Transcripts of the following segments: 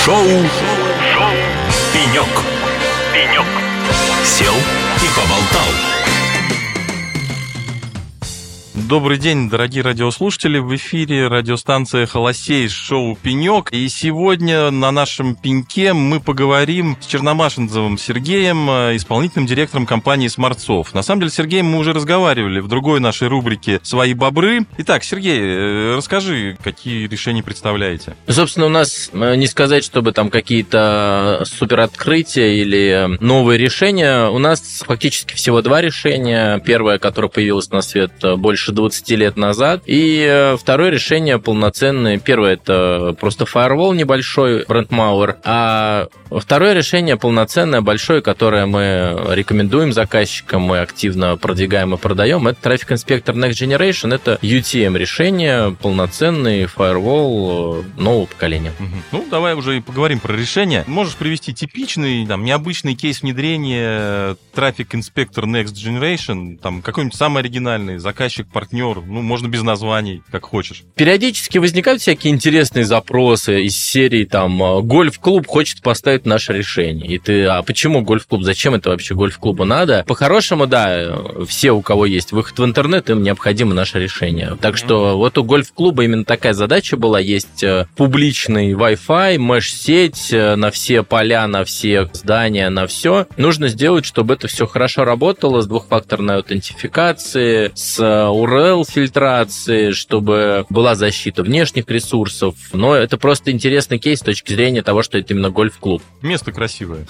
Пенек. Сел и поболтал. Добрый день, дорогие радиослушатели. В эфире радиостанция «Холосей», шоу «Пенек». И сегодня на нашем «Пеньке» мы поговорим с Черномашинцевым Сергеем, исполнительным директором компании «Смартсофт». На самом деле, с Сергеем мы уже разговаривали в другой нашей рубрике «Свои бобры». Итак, Сергей, расскажи, какие решения представляете? Собственно, у нас, не сказать, чтобы там какие-то супероткрытия или новые решения. У нас фактически всего два решения. Первое, которое появилось на свет больше 20 лет назад. И второе решение полноценное. Первое — это просто фаервол небольшой, BrandMauer. А второе решение полноценное, большое, которое мы рекомендуем заказчикам, мы активно продвигаем и продаем, это Traffic Inspector Next Generation. Это UTM решение, полноценный фаервол нового поколения. Ну, давай уже и поговорим про решение. Можешь привести типичный, необычный кейс внедрения Traffic Inspector Next Generation, какой-нибудь самый оригинальный, заказчик, партнер, можно без названий, как хочешь. Периодически возникают всякие интересные запросы из серии, гольф-клуб хочет поставить наше решение. И ты, а почему гольф-клуб? Зачем это вообще гольф-клубу надо? По-хорошему, да, все, у кого есть выход в интернет, им необходимо наше решение. Так что вот у гольф-клуба именно такая задача была. Есть публичный Wi-Fi, меш-сеть на все поля, на все здания, на все. Нужно сделать, чтобы это все хорошо работало с двухфакторной аутентификацией, с URL-фильтрации, чтобы была защита внешних ресурсов. Но это просто интересный кейс с точки зрения того, что это именно гольф-клуб. Место красивое.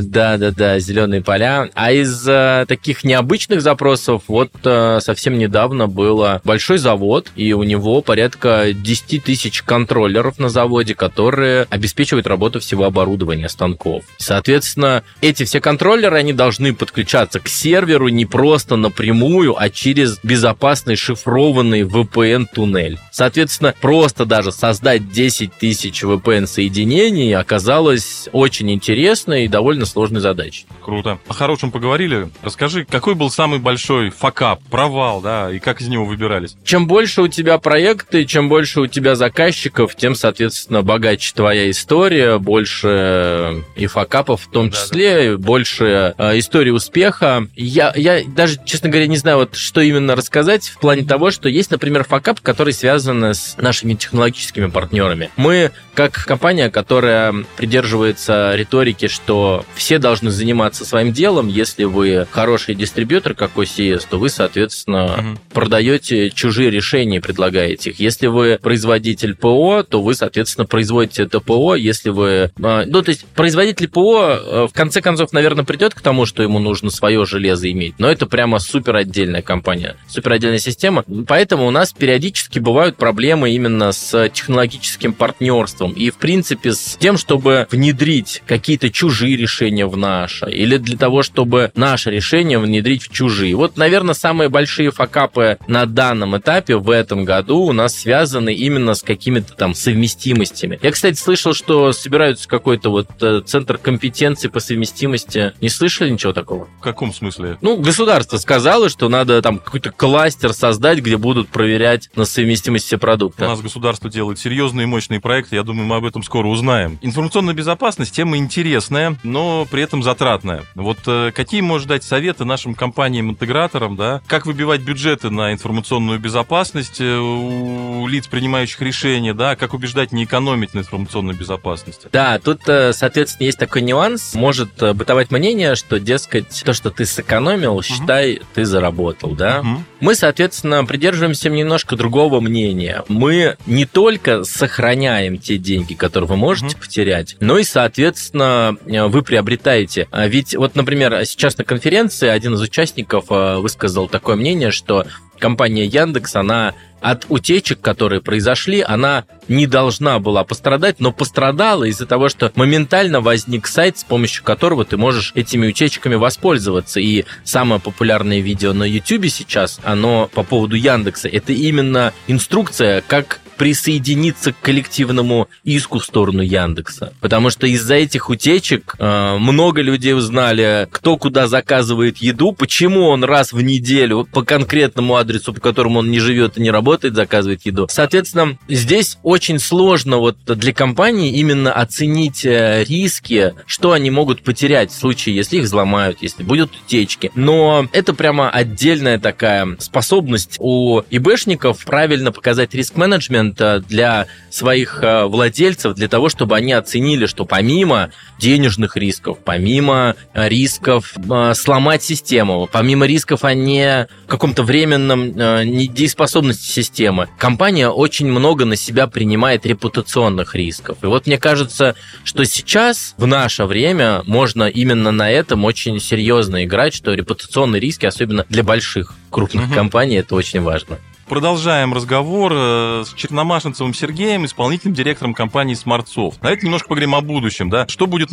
Да, зеленые поля. А из таких необычных запросов совсем недавно был большой завод, и у него порядка 10 тысяч контроллеров на заводе, которые обеспечивают работу всего оборудования, станков. Соответственно, эти все контроллеры, они должны подключаться к серверу не просто напрямую, а через безопасный шифрованный VPN-туннель. Соответственно, просто даже создать 10 тысяч VPN-соединений оказалось очень интересной и довольно сложной задачей. Круто. О хорошем поговорили. Расскажи, какой был самый большой факап, провал, и как из него выбирались? Чем больше у тебя проекты, чем больше у тебя заказчиков, тем, соответственно, богаче твоя история, больше и факапов в том числе, больше истории успеха. Я даже, честно говоря, не знаю, что именно рассказать в плане того, что есть, например, факап, который связан с нашими технологическими партнерами. Мы, как компания, которая придерживается риторики, что все должны заниматься своим делом, если вы хороший дистрибьютор, как OCS, то вы, соответственно, продаете чужие решения и предлагаете их. Если вы производитель ПО, то вы, соответственно, производите это ПО. Если вы... то есть производитель ПО, в конце концов, наверное, придет к тому, что ему нужно свое железо иметь, но это прямо супер отдельная компания, супер отдельная система. Поэтому у нас периодически бывают проблемы именно с технологическим партнерством и, в принципе, с тем, чтобы внедрить какие-то чужие решения в наше, или для того, чтобы наше решение внедрить в чужие. Наверное, самые большие факапы на данном этапе в этом году у нас связаны именно с какими-то совместимостями. Я, кстати, слышал, что собираются какой-то центр компетенции по совместимости. Не слышали ничего такого? В каком смысле? Государство сказало, что надо какой-то кластер создать, где будут проверять на совместимость все продукты. У нас государство делает серьезные и мощные проекты, я думаю, мы об этом скоро узнаем. Информационная безопасность — тема интересная, но при этом затратная. Какие можешь дать советы нашим компаниям-интеграторам, как выбивать бюджеты на информационную безопасность у лиц, принимающих решения, как убеждать не экономить на информационной безопасности? Да, тут, соответственно, есть такой нюанс. Может бытовать мнение, что, дескать, то, что ты сэкономил, считай, ты заработал, Мы, соответственно, придерживаемся немножко другого мнения. Мы не только сохраняем те деньги, которые вы можете потерять, но и, соответственно, вы приобретаете. Ведь, например, сейчас на конференции один из участников высказал такое мнение, что компания Яндекс, она от утечек, которые произошли, она не должна была пострадать, но пострадала из-за того, что моментально возник сайт, с помощью которого ты можешь этими утечками воспользоваться. И самое популярное видео на YouTube сейчас, оно по поводу Яндекса, это именно инструкция, как присоединиться к коллективному иску в сторону Яндекса. Потому что из-за этих утечек много людей узнали, кто куда заказывает еду, почему он раз в неделю по конкретному адресу, по которому он не живет и не работает, заказывает еду. Соответственно, здесь очень сложно вот для компании именно оценить риски, что они могут потерять в случае, если их взломают, если будут утечки. Но это прямо отдельная такая способность у ИБшников правильно показать риск-менеджмент для своих владельцев, для того, чтобы они оценили, что помимо денежных рисков, помимо рисков сломать систему, помимо рисков о каком-то временном недееспособности системы, компания очень много на себя принимает репутационных рисков. И вот мне кажется, что сейчас, в наше время, можно именно на этом очень серьезно играть, что репутационные риски, особенно для больших, крупных компаний, это очень важно. Продолжаем разговор с Черномашинцевым Сергеем, исполнительным директором компании SmartSoft. Давайте немножко поговорим о будущем. Да? Что будет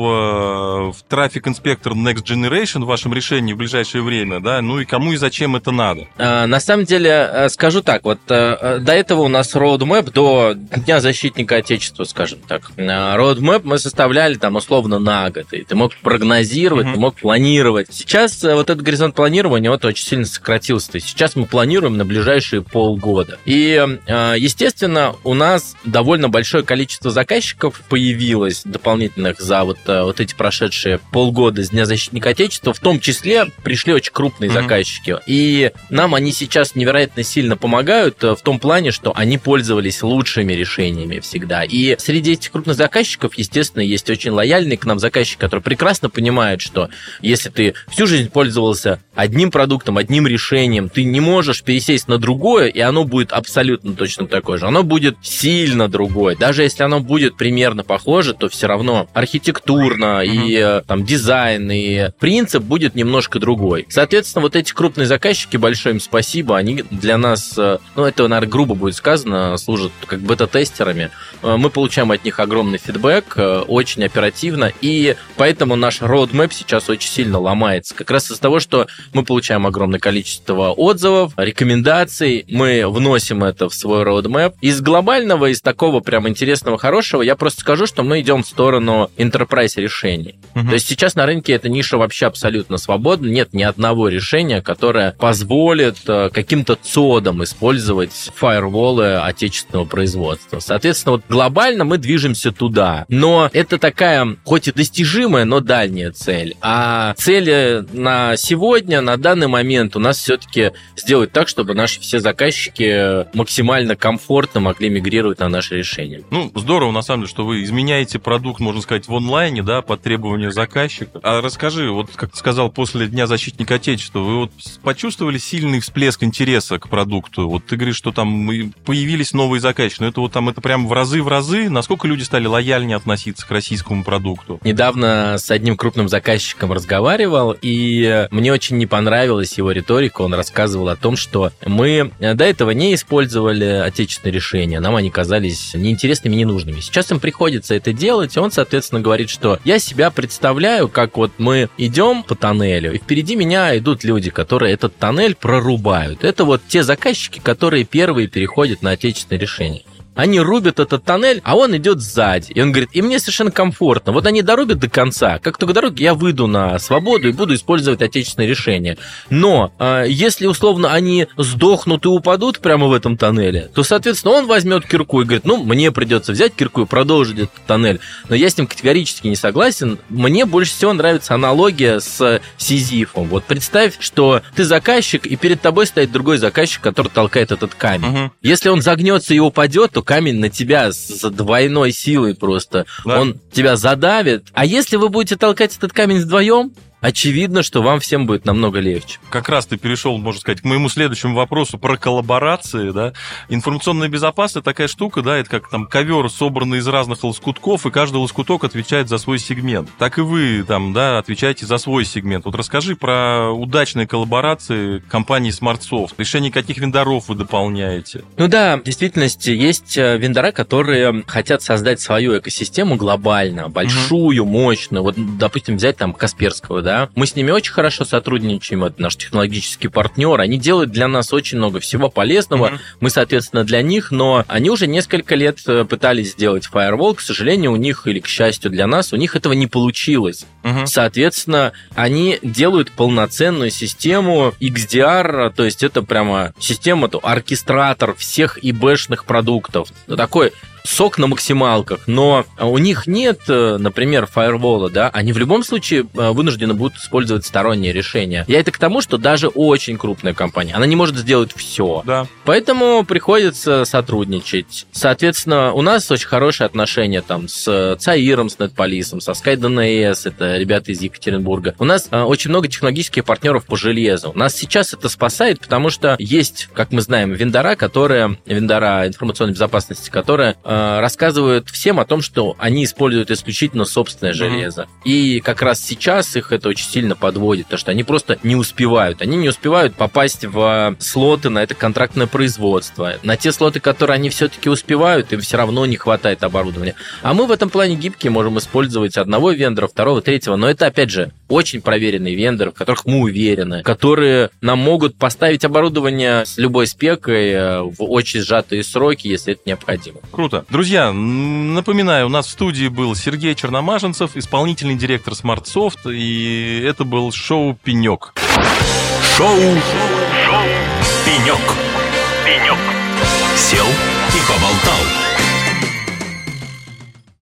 нового в Traffic Inspector Next Generation в вашем решении в ближайшее время? Да? Ну и кому и зачем это надо? На самом деле, скажу так, вот до этого у нас roadmap, до Дня защитника Отечества, скажем так. Roadmap мы составляли там условно на год. И ты мог прогнозировать, ты мог планировать. Сейчас вот этот горизонт планирования вот очень сильно сократился. То есть сейчас мы планируем на ближайшие полгода. И, естественно, у нас довольно большое количество заказчиков появилось дополнительных за вот эти прошедшие полгода с Дня защитника Отечества. В том числе пришли очень крупные заказчики. И нам они сейчас невероятно сильно помогают в том плане, что они пользовались лучшими решениями всегда. И среди этих крупных заказчиков, естественно, есть очень лояльные к нам заказчики, которые прекрасно понимают, что если ты всю жизнь пользовался одним продуктом, одним решением, ты не можешь пересесть на другое, и оно будет абсолютно точно такое же. Оно будет сильно другое. Даже если оно будет примерно похоже, то все равно архитектурно и там дизайн, и принцип будет немножко другой. Соответственно, вот эти крупные заказчики, большое им спасибо, они для нас, ну, это, наверное, грубо будет сказано, служат как бета-тестерами. Мы получаем от них огромный фидбэк, очень оперативно, и поэтому наш roadmap сейчас очень сильно ломается. Как раз из-за того, что мы получаем огромное количество отзывов, рекомендаций, мы вносим это в свой roadmap. Из глобального, из такого прям интересного, хорошего, я просто скажу, что мы идем в сторону enterprise решений. То есть сейчас на рынке эта ниша вообще абсолютно свободна. Нет ни одного решения, которое позволит каким-то цодом использовать фаерволы отечественного производства. Соответственно, вот глобально мы движемся туда. Но это такая, хоть и достижимая, но дальняя цель. А цели на сегодня, на данный момент у нас все-таки сделать так, чтобы наши все заказчики максимально комфортно могли мигрировать на наши решения. Ну, здорово, на самом деле, что вы изменяете продукт, можно сказать, в онлайне, да, под требования заказчика. А расскажи, вот как ты сказал, после Дня защитника Отечества, вы вот почувствовали сильный всплеск интереса к продукту? Вот ты говоришь, что там появились новые заказчики, но это вот там это прям в разы, насколько люди стали лояльнее относиться к российскому продукту? Недавно с одним крупным заказчиком разговаривал, и мне очень не понравилась его риторика. Он рассказывал о том, что мы до этого не использовали отечественные решения, нам они казались неинтересными, ненужными. Сейчас им приходится это делать, и он, соответственно, говорит, что я себя представляю, как вот мы идем по тоннелю, и впереди меня идут люди, которые этот тоннель прорубают. Это вот те заказчики, которые первые переходят на отечественные решения. Они рубят этот тоннель, а он идет сзади. И он говорит, и мне совершенно комфортно. Вот они дорубят до конца. Как только дорубят, я выйду на свободу и буду использовать отечественные решения. Но если, условно, они сдохнут и упадут прямо в этом тоннеле, то, соответственно, он возьмет кирку и говорит, ну, мне придется взять кирку и продолжить этот тоннель. Но я с ним категорически не согласен. Мне больше всего нравится аналогия с Сизифом. Вот представь, что ты заказчик, и перед тобой стоит другой заказчик, который толкает этот камень. Если он загнется и упадет, то камень на тебя с двойной силой просто. Да. Он тебя задавит. А если вы будете толкать этот камень вдвоем, очевидно, что вам всем будет намного легче. Как раз ты перешел, можно сказать, к моему следующему вопросу про коллаборации, да. Информационная безопасность такая штука, да, это как там ковер, собранный из разных лоскутков, и каждый лоскуток отвечает за свой сегмент. Так и вы там, да, отвечаете за свой сегмент. Вот расскажи про удачные коллаборации компании SmartSoft. Решение каких вендоров вы дополняете? Ну да, в действительности есть вендора, которые хотят создать свою экосистему глобально, большую, мощную. Вот, допустим, взять там Касперского, да, да, мы с ними очень хорошо сотрудничаем, это наш технологический партнер, они делают для нас очень много всего полезного, мы, соответственно, для них, но они уже несколько лет пытались сделать Firewall, к сожалению, у них, или к счастью для нас, у них этого не получилось. Соответственно, они делают полноценную систему XDR, то есть это прямо система, оркестратор всех ИБшных продуктов. Такой сок на максималках, но у них нет, например, фаервола, да, они в любом случае вынуждены будут использовать сторонние решения. Я это к тому, что даже очень крупная компания, она не может сделать все. Да. Поэтому приходится сотрудничать. Соответственно, у нас очень хорошие отношения там с ЦАИРом, с NetPolice, со SkyDNS, это ребята из Екатеринбурга. У нас очень много технологических партнеров по железу. Нас сейчас это спасает, потому что есть, как мы знаем, вендора информационной безопасности, которые рассказывают всем о том, что они используют исключительно собственное железо. И как раз сейчас их это очень сильно подводит, потому что они просто не успевают. Они не успевают попасть в слоты на это контрактное производство. На те слоты, которые они все-таки успевают, им все равно не хватает оборудования. А мы в этом плане гибкие, можем использовать одного вендора, второго, третьего. Но это, опять же, очень проверенные вендоры, в которых мы уверены, которые нам могут поставить оборудование с любой спекой в очень сжатые сроки, если это необходимо. Круто. Друзья, напоминаю, у нас в студии был Сергей Черномашенцев, исполнительный директор SmartSoft, и это был шоу «Пенек». Шоу «Пенек».